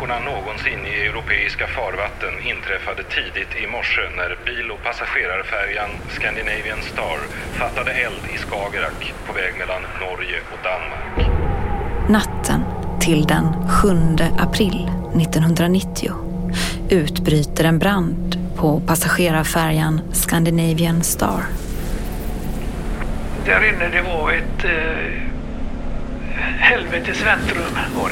olyckorna någonsin i europeiska farvatten inträffade tidigt i morse när bil- och passagerarfärjan Scandinavian Star fattade eld i Skagerrak på väg mellan Norge och Danmark. Natten till den 7 april 1990 utbryter en brand på passagerarfärjan Scandinavian Star. Där inne det var ett helvetes väntrum var det.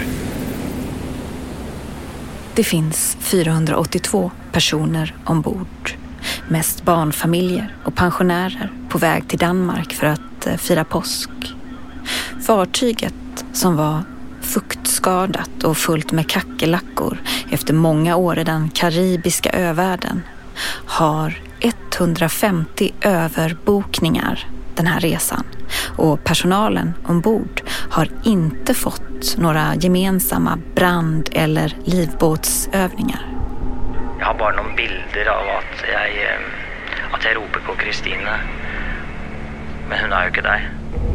Det finns 482 personer ombord. Mest barnfamiljer och pensionärer på väg till Danmark för att fira påsk. Fartyget, som var fuktskadat och fullt med kackerlackor efter många år i den karibiska övärlden, har 150 överbokningar den här resan, och personalen ombord har inte fått några gemensamma brand- eller livbåtsövningar. Jag har bara några bilder av att jag ropar på Kristina, men hon är ju inte där.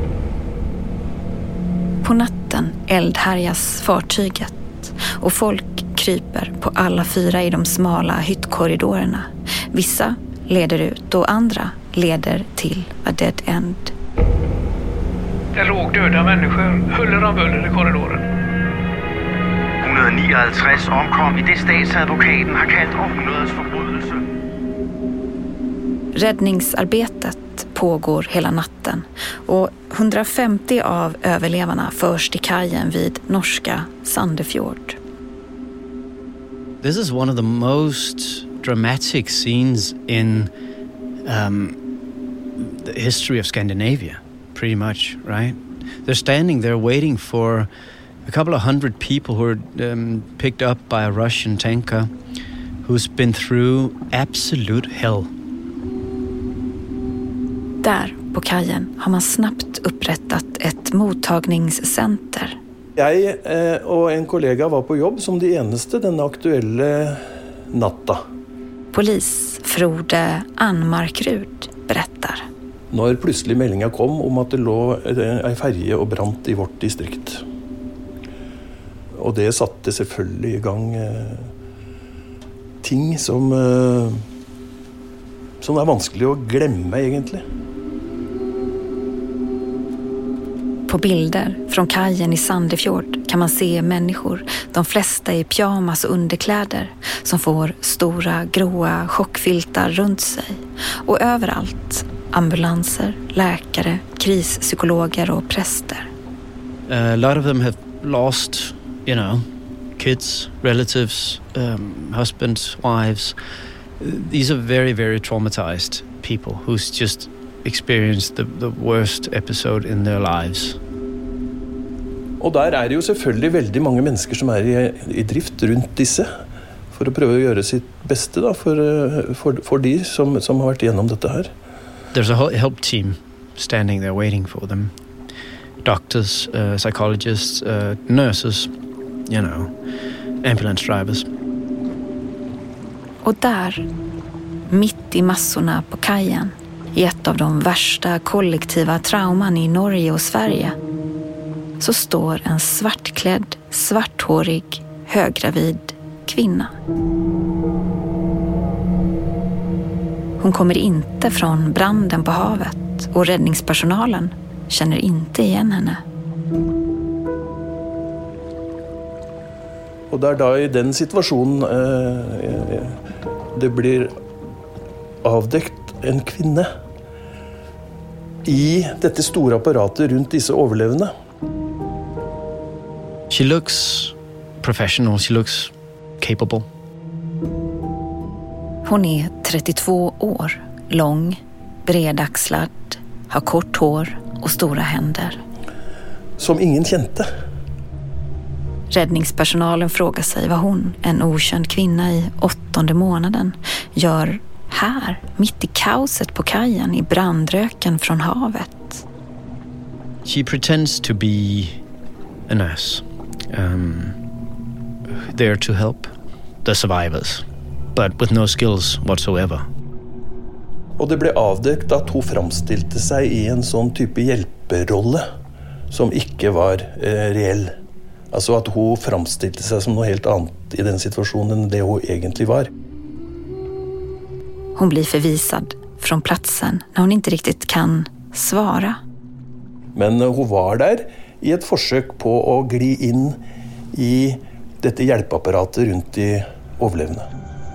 På natten eldhärjas fartyget och folk kryper på alla fyra i de smala hyttkorridorerna. Vissa leder ut och andra leder till a dead end. Det låg döda människor huller om buller i korridoren. 159 omkom i det statsadvokaten har kallt århundradets förbrytelse. Räddningsarbetet pågår hela natten och 150 av överlevarna förs till kajen vid norska Sandefjord. This is one of the most dramatic scenes in the history of Scandinavia, pretty much, right? They're standing there waiting for a couple of hundred people who are picked up by a Russian tanker who's been through absolute hell. Där på kajen har man snabbt upprättat ett mottagningscenter. Jag och en kollega var på jobb som det eneste den aktuella natta. Polis Frode Anmarkrud berättar. När plötsligt meldinga kom om att det låg en färja och brant i vårt distrikt. Och det satte selvfølgelig igång ting som är vanskligt att glömma egentligen. På bilder från kajen i Sandefjord kan man se människor, de flesta i pyjamas och underkläder, som får stora gråa chockfiltar runt sig. Och överallt ambulanser, läkare, krispsykologer och präster. A lot of them have lost, kids, relatives, husbands, wives. These are very, very traumatized people who's just experienced the worst episode in their lives. Och där är det ju selvfølgelig väldigt många människor som är i drift runt disse för att pröva att göra sitt bästa då för de som har varit igenom detta här. There's a help team standing there waiting for them. Doctors, psychologists, nurses, ambulance drivers. Och där, mitt i massorna på kajen, i ett av de värsta kollektiva trauman i Norge och Sverige, så står en svartklädd, svarthårig, höggravid kvinna. Hon kommer inte från branden på havet och räddningspersonalen känner inte igen henne. Och där då i den situationen det blir avdäckt en kvinna i detta stora apparatet runt dessa överlevande. She looks professional, she looks capable. Hon är 32 år, lång, bredaxlad, har kort hår och stora händer. Som ingen kände. Räddningspersonalen frågar sig vad hon, en okänd kvinna i 8:e månaden, gör här, mitt i kaoset på kajen, i brandröken från havet. She pretends to be a nurse, there to help the survivors, but with no skills whatsoever. Och det blev avdäckt att hon framställde sig i en sån typ av hjälperolle som icke var reell. Alltså att hon framställde sig som något helt annat i den situationen än det hon egentligen var. Hon blir förvisad från platsen när hon inte riktigt kan svara. Men hon var där i ett försök på att gli in i detta hjälpapparatet runt i överlevande.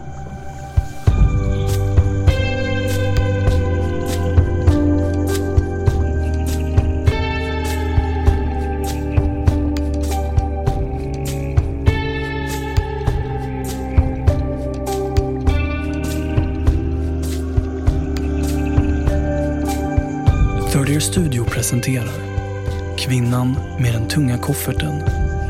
Third Ear Studio presenterar Kvinnan med den tunga kofferten.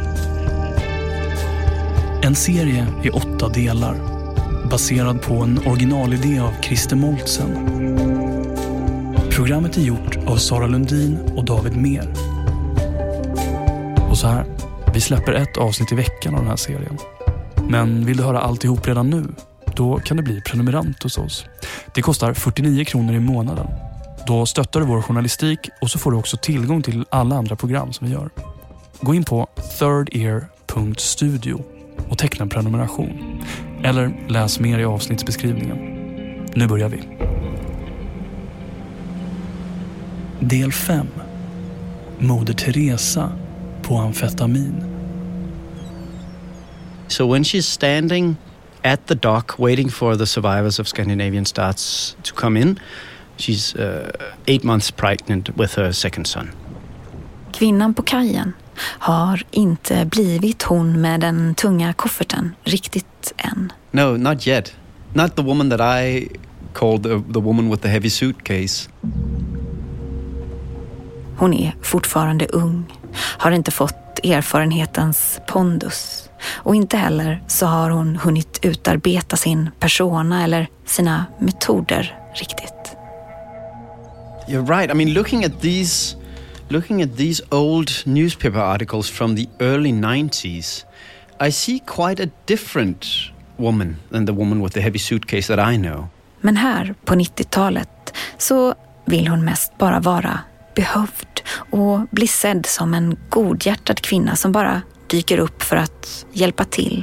En serie i 8 delar baserad på en originalidé av Christer Moltzen. Programmet är gjort av Sara Lundin och David Mer. Och så här, vi släpper ett avsnitt i veckan av den här serien. Men vill du höra alltihop redan nu? Då kan du bli prenumerant hos oss. Det kostar 49 kronor i månaden. Då stöttar du vår journalistik och så får du också tillgång till alla andra program som vi gör. Gå in på thirdear.studio och teckna en prenumeration. Eller läs mer i avsnittsbeskrivningen. Nu börjar vi. Del 5. Moder Teresa på amfetamin. So when she's standing at the dock waiting for the survivors of Scandinavian Stars to come in, she's 8 months pregnant with her second son. Kvinnan på kajen har inte blivit hon med den tunga kofferten riktigt än. No, not yet. Not the woman that I called the woman with the heavy suitcase. Hon är fortfarande ung, har inte fått erfarenhetens pondus. Och inte heller så har hon hunnit utarbeta sin persona eller sina metoder riktigt. You're right. I mean, looking at these old newspaper articles from the early 90s, I see quite a different woman than the woman with the heavy suitcase that I know. Men här på 90-talet så vill hon mest bara vara behövd och bli sedd som en godhjärtad kvinna som bara dyker upp för att hjälpa till.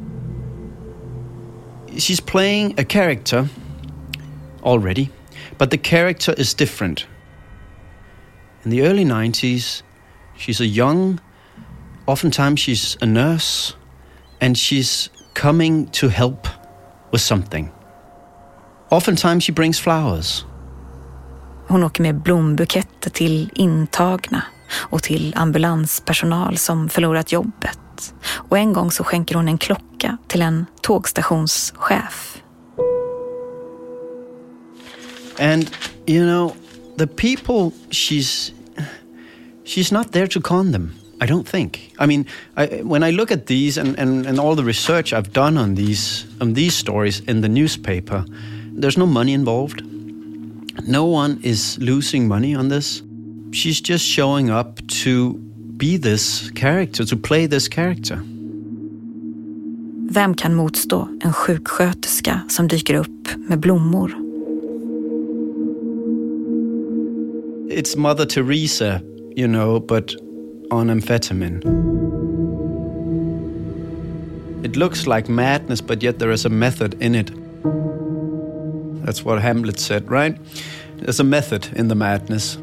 She's playing a character already, but the character is different. In the early 90s, she's a young, oftentimes she's a nurse, and she's coming to help with something. Oftentimes she brings flowers. Hon åker med blombuketter till intagna och till ambulanspersonal som förlorat jobbet. Och en gång så skänker hon en klocka till en tågstationschef. And, you know, the people she's not there to con them, I don't think. I mean, when I look at these and all the research I've done on these stories in the newspaper, there's no money involved. No one is losing money on this. She's just showing up to be this character, to play this character. Vem kan motstå en sjuksköterska som dyker upp med blommor? It's Mother Teresa, you know, but on amphetamine. It looks like madness, but yet there is a method in it. That's what Hamlet said, right? There's a method in the madness.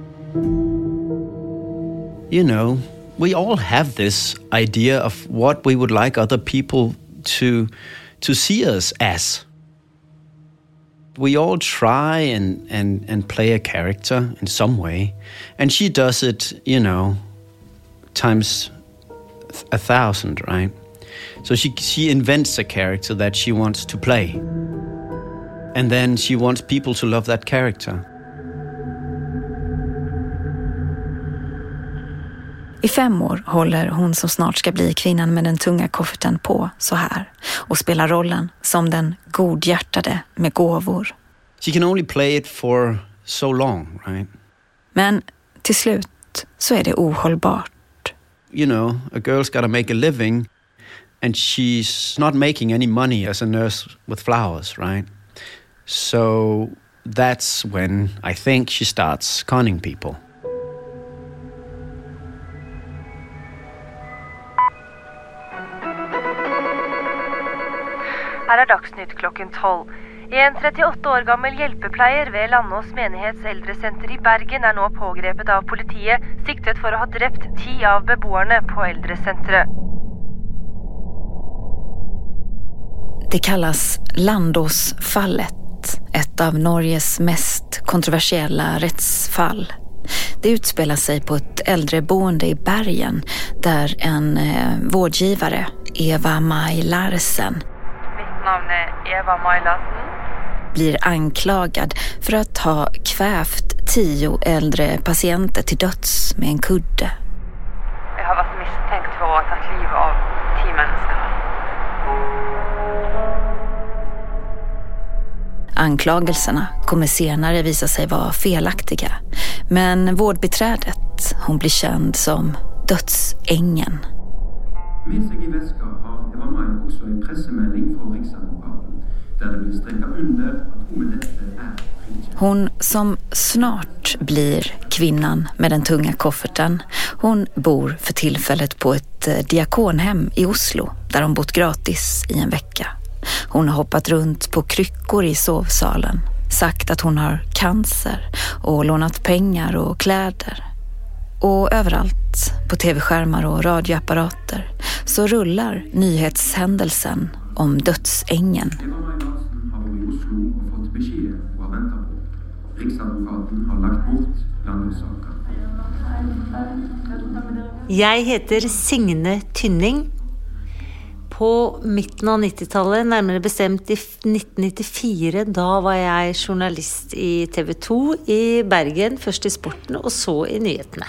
You know, we all have this idea of what we would like other people to see us as. We all try and play a character in some way. And she does it, you know, times 1,000, right? So she invents a character that she wants to play. And then she wants people to love that character. I 5 år håller hon som snart ska bli kvinnan med den tunga kofferten på så här och spelar rollen som den godhjärtade med gåvor. She can only play it for so long, right? Men till slut så är det ohållbart. You know, a girl's got to make a living and she's not making any money as a nurse with flowers, right? So that's when I think she starts conning people. Her er Dagsnytt klokken 12. En 38 år gammel hjelpepleier ved Landås menighets eldresenter i Bergen er nå pågrepet av politiet, siktet for å ha drept 10 av beboerne på eldresenteret. Det kallas Landåsfallet, ett av Norges mest kontroversiella rättsfall. Det utspelar sig på ett äldreboende i Bergen där en vårdgivare, Eva-Maj Larsen, Mitt navn er Eva-Maj Larsen, blir anklagad för att ha kvävt 10 äldre patienter till döds med en kudde. Jeg har vært misstänkt for å ha tatt livet av 10 mennesker. Anklagelserna kommer senare visa sig vara felaktiga, men vårdbiträdet, hon blir känd som dödsängeln. Med sig i väska har Eva-Maj också en pressemelding från Riksadvokaten där det blir sträcka under att hon med detta är frikänd. Hon som snart blir kvinnan med den tunga kofferten, hon bor för tillfället på ett diakonhem i Oslo där hon bott gratis i en vecka. Hon har hoppat runt på kryckor i sovsalen, sagt att hon har cancer och lånat pengar och kläder. Och överallt, på tv-skärmar och radioapparater, så rullar nyhetshändelsen om dödsängeln. Eva-Maj Larsen har varit i Oslo och fått besked vad väntar på. Rikssadvokaten har lagt bort landåssaken. Jeg heter Signe Tynning. På mitten av 90-tallet, nærmere bestemt i 1994, da var jeg journalist i TV 2 i Bergen, først i sporten og så i nyhetene.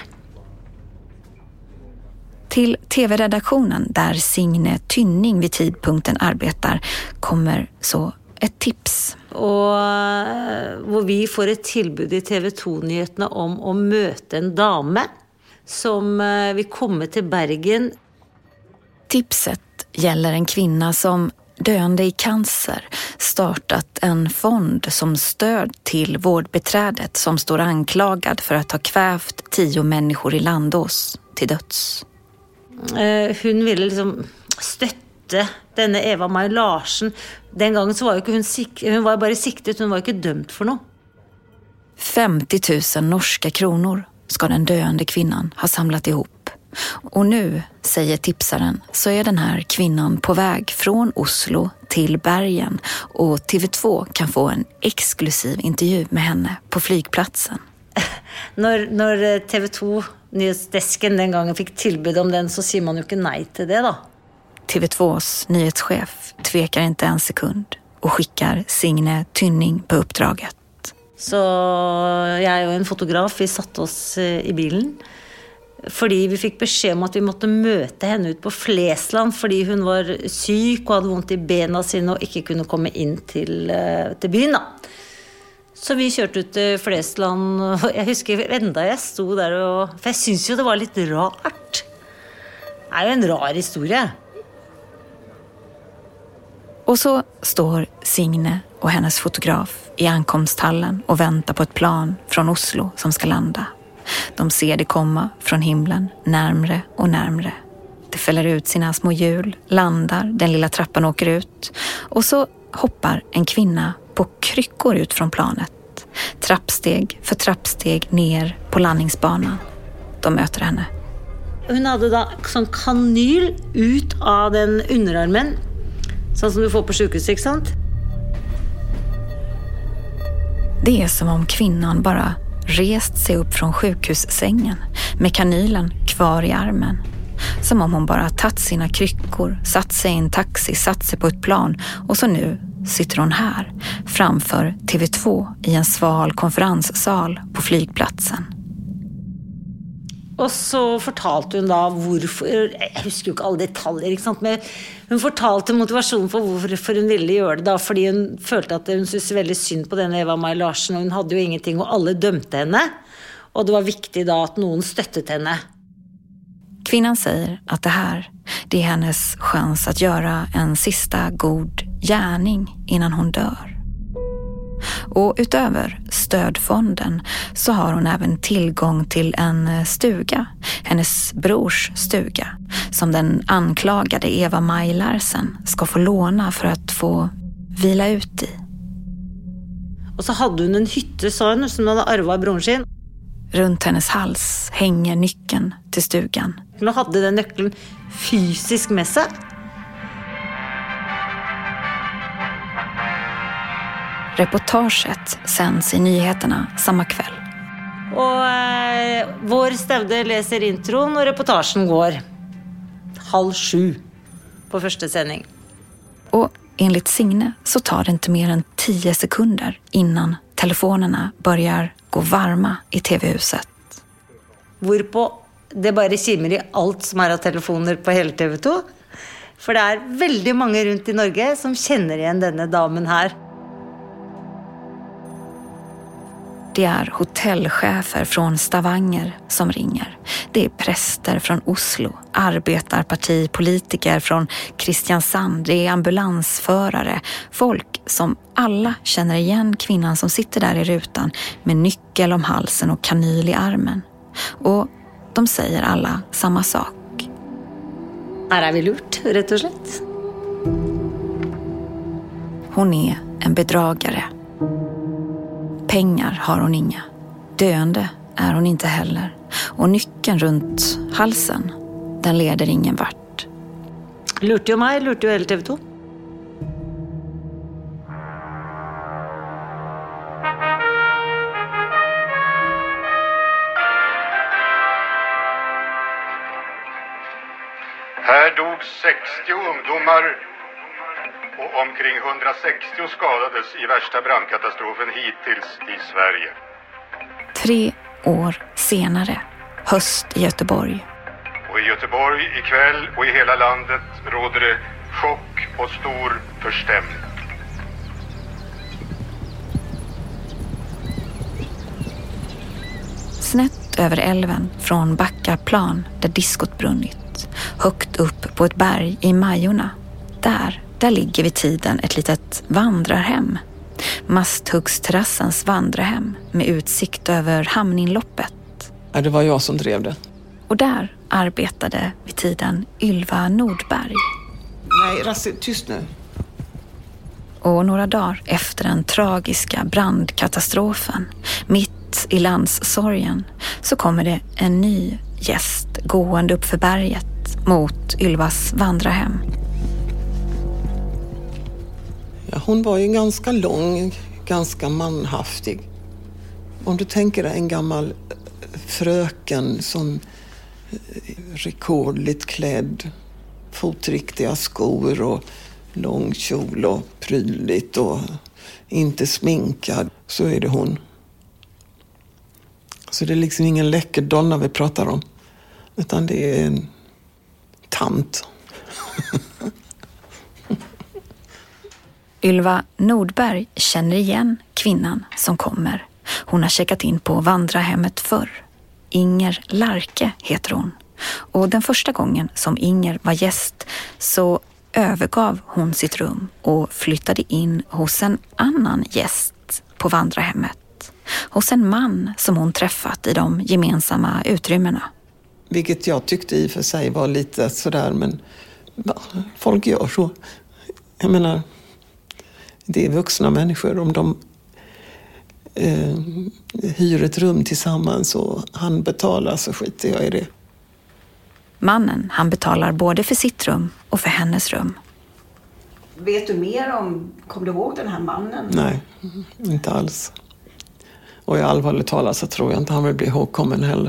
Till tv-redaktionen där Signe Tynning vid tidpunkten arbetar kommer så ett tips. Og hvor vi får et tilbud i TV 2-nyhetene om å møte en dame som vil komme til Bergen. Tipset gäller en kvinna som döende i cancer startat en fond som stöd till vårdbiträdet som står anklagad för att ha kvävt 10 människor i Landås till döds. Hun ville liksom støtte denne Eva-Maj Larsen. Den gången så var jo ikke hun var bare siktet, hun var ikke dømt for noe. 50 000 norska kronor ska den döende kvinnan ha samlat ihop. Och nu, säger tipsaren, så är den här kvinnan på väg från Oslo till Bergen och TV2 kan få en exklusiv intervju med henne på flygplatsen. När TV2 nyhetsdesken den gången fick tillbud om den så säger man ju inte nej till det då. TV2s nyhetschef tvekar inte en sekund och skickar Signe Tynning på uppdraget. Så jag och en fotograf, vi satt oss i bilen. Fordi vi fick besked om att vi måtte möta henne ut på Flesland fordi hun var syk og hadde vondt i bena sine og ikke kunne komme inn til byen da. Så vi kjørte ut til Flesland og jeg husker enda jeg stod der for jeg synes jo det var litt rart. Det er jo en rar historie. Och så står Signe och hennes fotograf i ankomsthallen och väntar på ett plan från Oslo som ska landa. De ser det komma från himlen, närmre och närmre. Det fäller ut sina små hjul, landar, den lilla trappan åker ut. Och så hoppar en kvinna på kryckor ut från planet. Trappsteg för trappsteg ner på landningsbanan. De möter henne. Hon hade då sån kanyl ut av den underarmen. Sånn som du får på sjukhus, ikke sant? Det är som om kvinnan bara rest sig upp från sjukhussängen med kanylen kvar i armen. Som om hon bara tagit sina kryckor, satt sig i en taxi, satt sig på ett plan och så nu sitter hon här framför TV2 i en sval konferenssal på flygplatsen. Och så fortalte hun da hvorfor, jeg husker jo ikke alle detaljer, ikke sant? Men hun fortalte motivasjonen for hvorfor hun ville gjøre det da, fordi hun følte at hun syntes veldig synd på denne Eva-Maj Larsen, og hun hadde jo ingenting, og alle dømte henne, og det var viktigt da att någon stöttet henne. Kvinnan säger att det är hennes chans att göra en sista god gärning innan hon dör. Och utöver stödfonden så har hon även tillgång till en stuga, hennes brors stuga, som den anklagade Eva Maj Larsen ska få låna för att få vila ut i. Och så hade hon en hytte, sa hon, som hon hade arvat av brodern sin. Runt hennes hals hänger nyckeln till stugan. Hon hade den nyckeln fysiskt med sig. Reportaget sänds i nyheterna samma kväll. Och vår Stävde läser intron och reportagen går 6:30 på första sändning. Och enligt Signe så tar det inte mer än 10 sekunder innan telefonerna börjar gå varma i tv-huset. Hvorpå det bara kimmer i allt som är av telefoner på hela TV2. För det är väldigt många runt i Norge som känner igen denna damen här. Det är hotellchefer från Stavanger som ringer. Det är präster från Oslo, arbetarpartipolitiker från Kristiansand, det är ambulansförare. Folk som alla känner igen kvinnan som sitter där i rutan med nyckel om halsen och kanyl i armen. Och de säger alla samma sak. Här är vi lurt, rätt och slett. Hon är en bedragare. Pengar har hon inga. Döende är hon inte heller. Och nyckeln runt halsen, den leder ingen vart. Lurte ju mig, lurte ju hela TV2. Här dog 60 ungdomar och omkring 160 skadades i värsta brandkatastrofen hittills i Sverige. 3 år senare, höst i Göteborg. Och i Göteborg ikväll och i hela landet råder det chock och stor förstämning. Snett över älven från Backaplan där diskot brunnit. Högt upp på ett berg i Majorna. Där ligger vid tiden ett litet vandrarhem. Masthuggsterrassens vandrarhem med utsikt över hamninloppet. Ja, det var jag som drev det. Och där arbetade vid tiden Ylva Nordberg. Nej, Rasse, tyst nu. Och några dagar efter den tragiska brandkatastrofen, mitt i landssorgen, så kommer det en ny gäst gående upp för berget mot Ylvas vandrarhem. Ja, hon var ju ganska lång, ganska manhaftig. Om du tänker dig en gammal fröken som rekordligt klädd, fotriktiga skor och lång kjol och prydligt och inte sminkad, så är det hon. Så det är liksom ingen läcker donna vi pratar om, utan det är en tant. Ylva Nordberg känner igen kvinnan som kommer. Hon har checkat in på vandrarhemmet förr. Inger Larke heter hon. Och den första gången som Inger var gäst så övergav hon sitt rum och flyttade in hos en annan gäst på vandrarhemmet. Hos en man som hon träffat i de gemensamma utrymmena. Vilket jag tyckte i och för sig var lite sådär, men folk gör så. Jag menar, det är vuxna människor. Om de hyr ett rum tillsammans och han betalar, så skiter jag i det. Mannen, han betalar både för sitt rum och för hennes rum. Vet du mer om, kommer du ihåg den här mannen? Nej, inte alls. Och i allvarligt talat så tror jag inte han vill bli ihågkommen heller.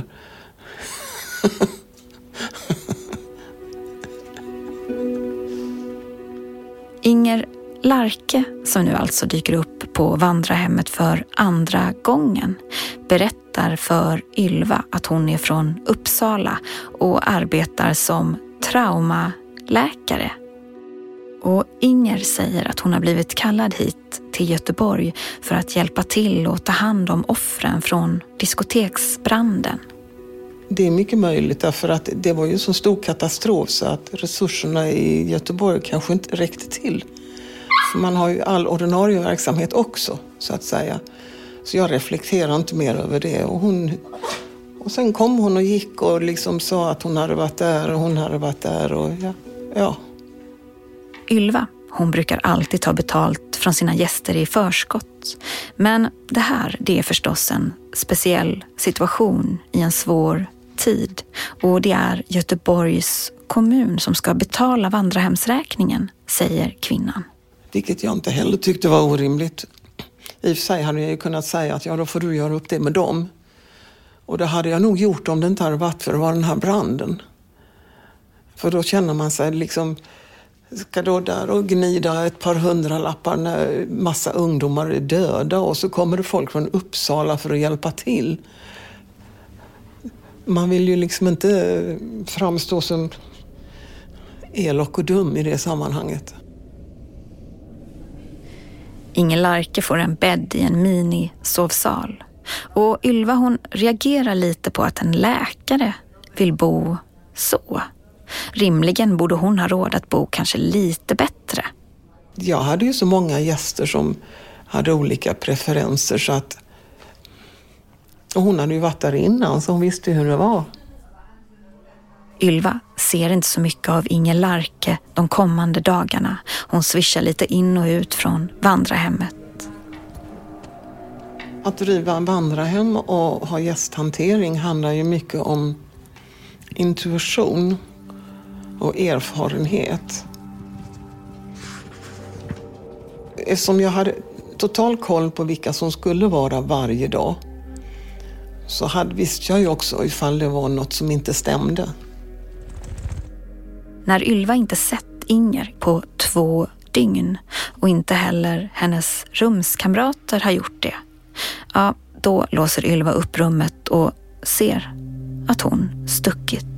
Inger Larke, som nu alltså dyker upp på vandrarhemmet för andra gången, berättar för Ylva att hon är från Uppsala och arbetar som traumaläkare. Och Inger säger att hon har blivit kallad hit till Göteborg för att hjälpa till och ta hand om offren från diskoteksbranden. Det är mycket möjligt, därför att det var ju så stor katastrof så att resurserna i Göteborg kanske inte räckte till. För man har ju all ordinarie verksamhet också, så att säga. Så jag reflekterar inte mer över det. Och Och sen kom hon och gick och liksom sa att hon hade varit där och hon hade varit där och ja. Ylva, hon brukar alltid ta betalt från sina gäster i förskott. Men det här, det är förstås en speciell situation i en svår tid. Och det är Göteborgs kommun som ska betala vandrarhemsräkningen, säger kvinnan. Vilket jag inte heller tyckte var orimligt. I och för sig hade jag ju kunnat säga att då får du göra upp det med dem. Och det hade jag nog gjort om det inte hade varit för det var den här branden. För då känner man sig liksom, ska då där och gnida ett par 100-lappar när massa ungdomar är döda och så kommer det folk från Uppsala för att hjälpa till. Man vill ju liksom inte framstå som elak och dum i det sammanhanget. Inger Larke får en bädd i en mini-sovsal. Och Ylva, hon reagerar lite på att en läkare vill bo så. Rimligen borde hon ha råd att bo kanske lite bättre. Jag hade ju så många gäster som hade olika preferenser så att... Och hon hade ju varit där innan så hon visste hur det var. Ylva ser inte så mycket av Inger Larke de kommande dagarna. Hon swishar lite in och ut från vandrarhemmet. Att driva vandrarhem och ha gästhantering handlar ju mycket om intuition och erfarenhet. Eftersom jag hade total koll på vilka som skulle vara varje dag så visste jag ju också ifall det var något som inte stämde. När Ylva inte sett Inger på 2 dygn och inte heller hennes rumskamrater har gjort det, ja, då låser Ylva upp rummet och ser att hon stuckit.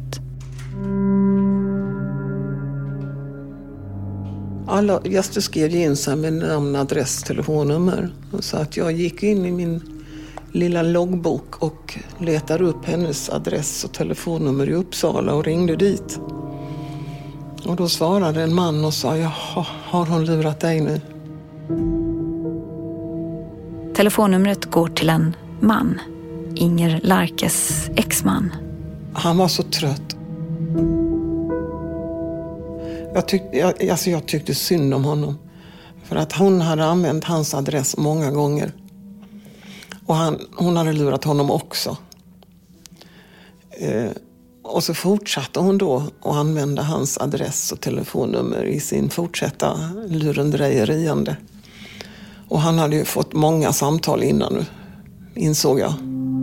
Alla gäster skrev in sig med namn, adress, telefonnummer. Så att jag gick in i min lilla loggbok och letade upp hennes adress och telefonnummer i Uppsala och ringde dit. Och då svarade en man och sa, jaha, har hon lurat dig nu? Telefonnumret går till en man, Inger Larkes exman. Han var så trött. Jag tyckte synd om honom. För att hon hade använt hans adress många gånger. Och hon hade lurat honom också. Och så fortsatte hon då att använda hans adress och telefonnummer i sin fortsatta lurendrejeriande. Och han hade ju fått många samtal innan nu, insåg jag.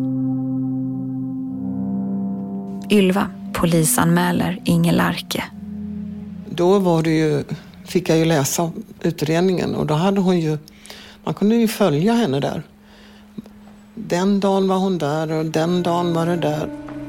Ylva polisanmäler Inger Larke. Då fick jag ju läsa utredningen och då hade hon ju, man kunde ju följa henne där. Den dagen var hon där och den dagen var det där.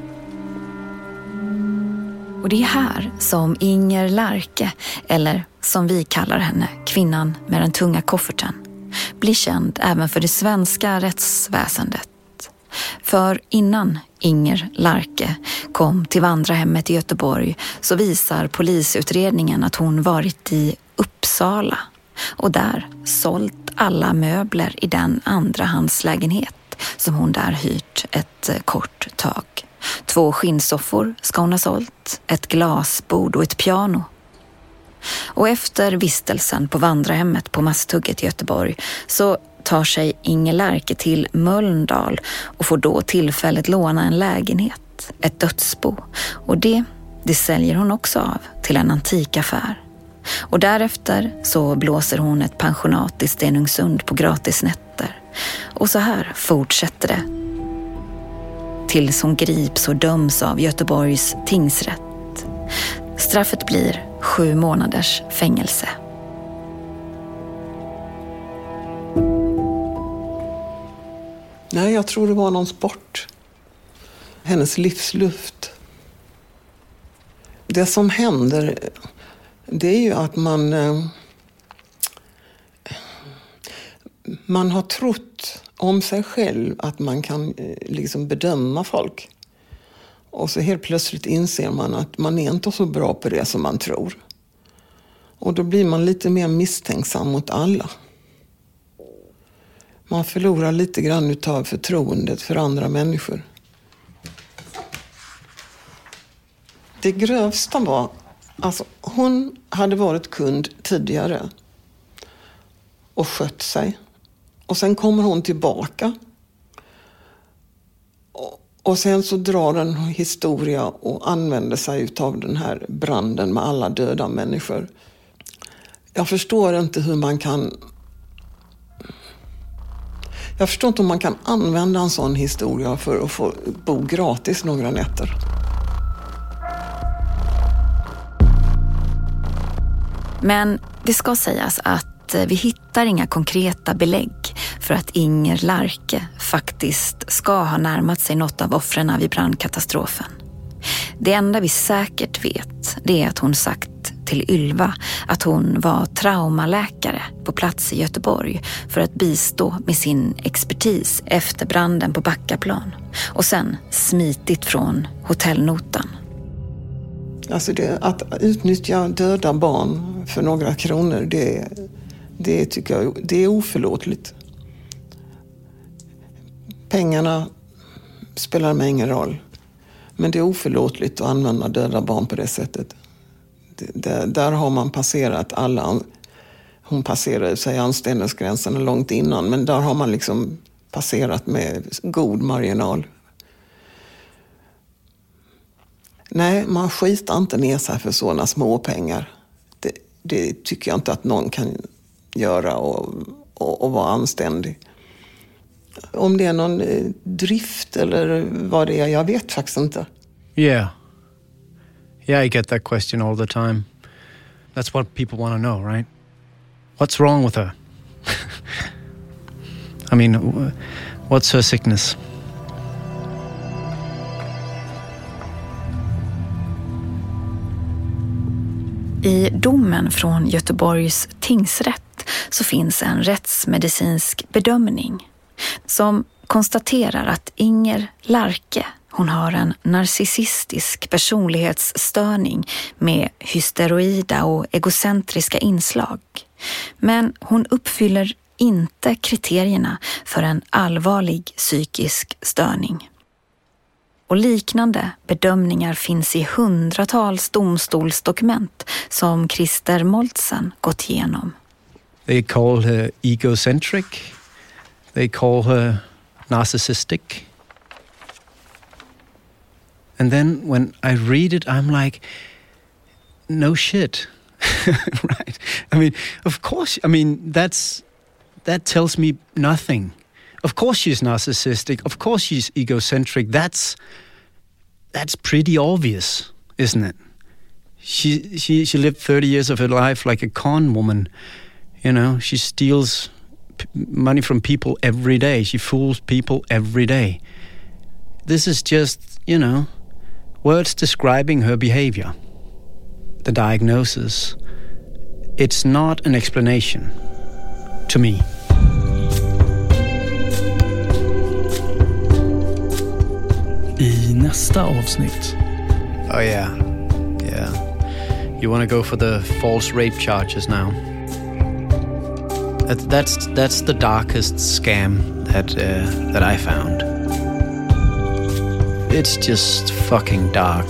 Och det är här som Inger Larke, eller som vi kallar henne, kvinnan med den tunga kofferten, blir känd även för det svenska rättsväsendet. För innan Inger Larke kom till vandrarhemmet i Göteborg så visar polisutredningen att hon varit i Uppsala och där sålt alla möbler i den andrahandslägenhet som hon där hyrt ett kort tag. 2 skinnsoffor ska hon ha sålt, ett glasbord och ett piano. Och efter vistelsen på vandrarhemmet på Masthugget i Göteborg så tar sig Inger Larke till Mölndal och får då tillfället låna en lägenhet, ett dödsbo. Och det säljer hon också av till en antikaffär. Och därefter så blåser hon ett pensionat i Stenungsund på gratisnätter. Och så här fortsätter det. Tills hon grips och döms av Göteborgs tingsrätt. Straffet blir 7 månaders fängelse. Nej, jag tror det var någon sport. Hennes livsluft. Det som händer, det är ju att man har trott om sig själv att man kan liksom bedöma folk. Och så helt plötsligt inser man att man är inte så bra på det som man tror. Och då blir man lite mer misstänksam mot alla. Man förlorar lite grann utav förtroendet för andra människor. Det grövsta var, alltså hon hade varit kund tidigare och skött sig. Och sen kommer hon tillbaka. Och sen så drar en historia och använder sig av den här branden med alla döda människor. Jag förstår inte hur man kan... Jag förstår inte om man kan använda en sån historia för att få bo gratis några nätter. Men det ska sägas att vi hittar inga konkreta belägg för att Inger Larke faktiskt ska ha närmat sig något av offren vid brandkatastrofen. Det enda vi säkert vet, det är att hon sagt till Ylva att hon var traumaläkare på plats i Göteborg för att bistå med sin expertis efter branden på Backaplan och sen smitit från hotellnotan. Alltså att utnyttja döda barn för några kronor, det tycker jag det är oförlåtligt. Pengarna spelar mig ingen roll. Men det är oförlåtligt att använda döda barn på det sättet. Där har man passerat alla... Hon passerade sig anständighetsgränsen långt innan, men där har man liksom passerat med god marginal. Nej, man skitar inte ner sig för sådana små pengar. Det tycker jag inte att någon kan göra och vara anständig. Om det är någon drift eller vad det är, jag vet faktiskt inte. Yeah, I get that question all the time. That's what people want to know, right? What's wrong with her? I mean, what's her sickness? I domen från Göteborgs tingsrätt så finns en rättsmedicinsk bedömning som konstaterar att Inger Larke, hon har en narcissistisk personlighetsstörning med hysteroida och egocentriska inslag. Men hon uppfyller inte kriterierna för en allvarlig psykisk störning. Och liknande bedömningar finns i hundratals domstolsdokument som Christer Moltzen gått igenom. They call her egocentric. They call her narcissistic. And then when I read it, I'm like, no shit. Right? I mean, of course, that tells me nothing. Of course she's narcissistic. Of course she's egocentric. That's pretty obvious, isn't it? She lived 30 years of her life like a con woman. You know, she steals money from people every day. She fools people every day. This is just, you know, words describing her behavior. The diagnosis. It's not an explanation to me. I nästa avsnitt. Oh yeah. You want to go for the false rape charges now? That's the darkest scam that I found. It's just fucking dark.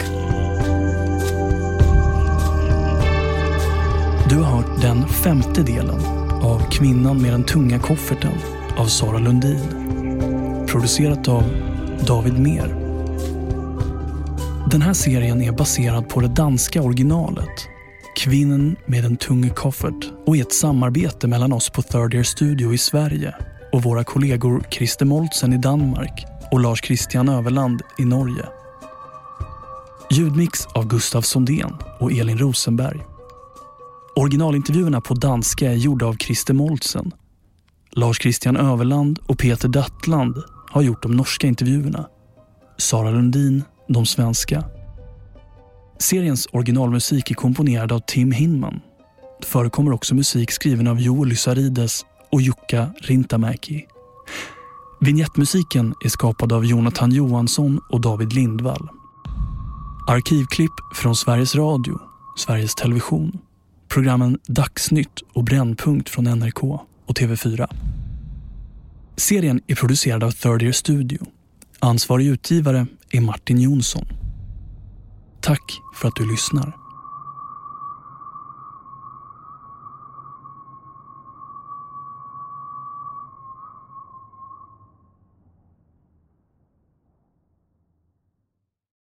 Du har hört den 5:e delen av Kvinnan med den tunga kofferten av Sara Lundin. Producerat av David Mer. Den här serien är baserad på det danska originalet Kvinnan med den tunga koffert och är ett samarbete mellan oss på Third Year Studio i Sverige och våra kollegor Christer Moltzen i Danmark och Lars Christian Överland i Norge. Ljudmix av Gustav Sondén och Elin Rosenberg. Originalintervjuerna på danska är gjorda av Christer Moltzen. Lars Christian Överland och Peter Dattland har gjort de norska intervjuerna. Sara Lundin de svenska. Seriens originalmusik är komponerad av Tim Hinman. Det förekommer också musik skriven av Joel Lysarides och Jukka Rintamäki. Vignettmusiken är skapad av Jonathan Johansson och David Lindvall. Arkivklipp från Sveriges Radio, Sveriges Television, programmen Dagsnytt och Brännpunkt från NRK och TV4. Serien är producerad av Third Year Studio. Ansvarig utgivare är Martin Jonsson. Tack för att du lyssnar.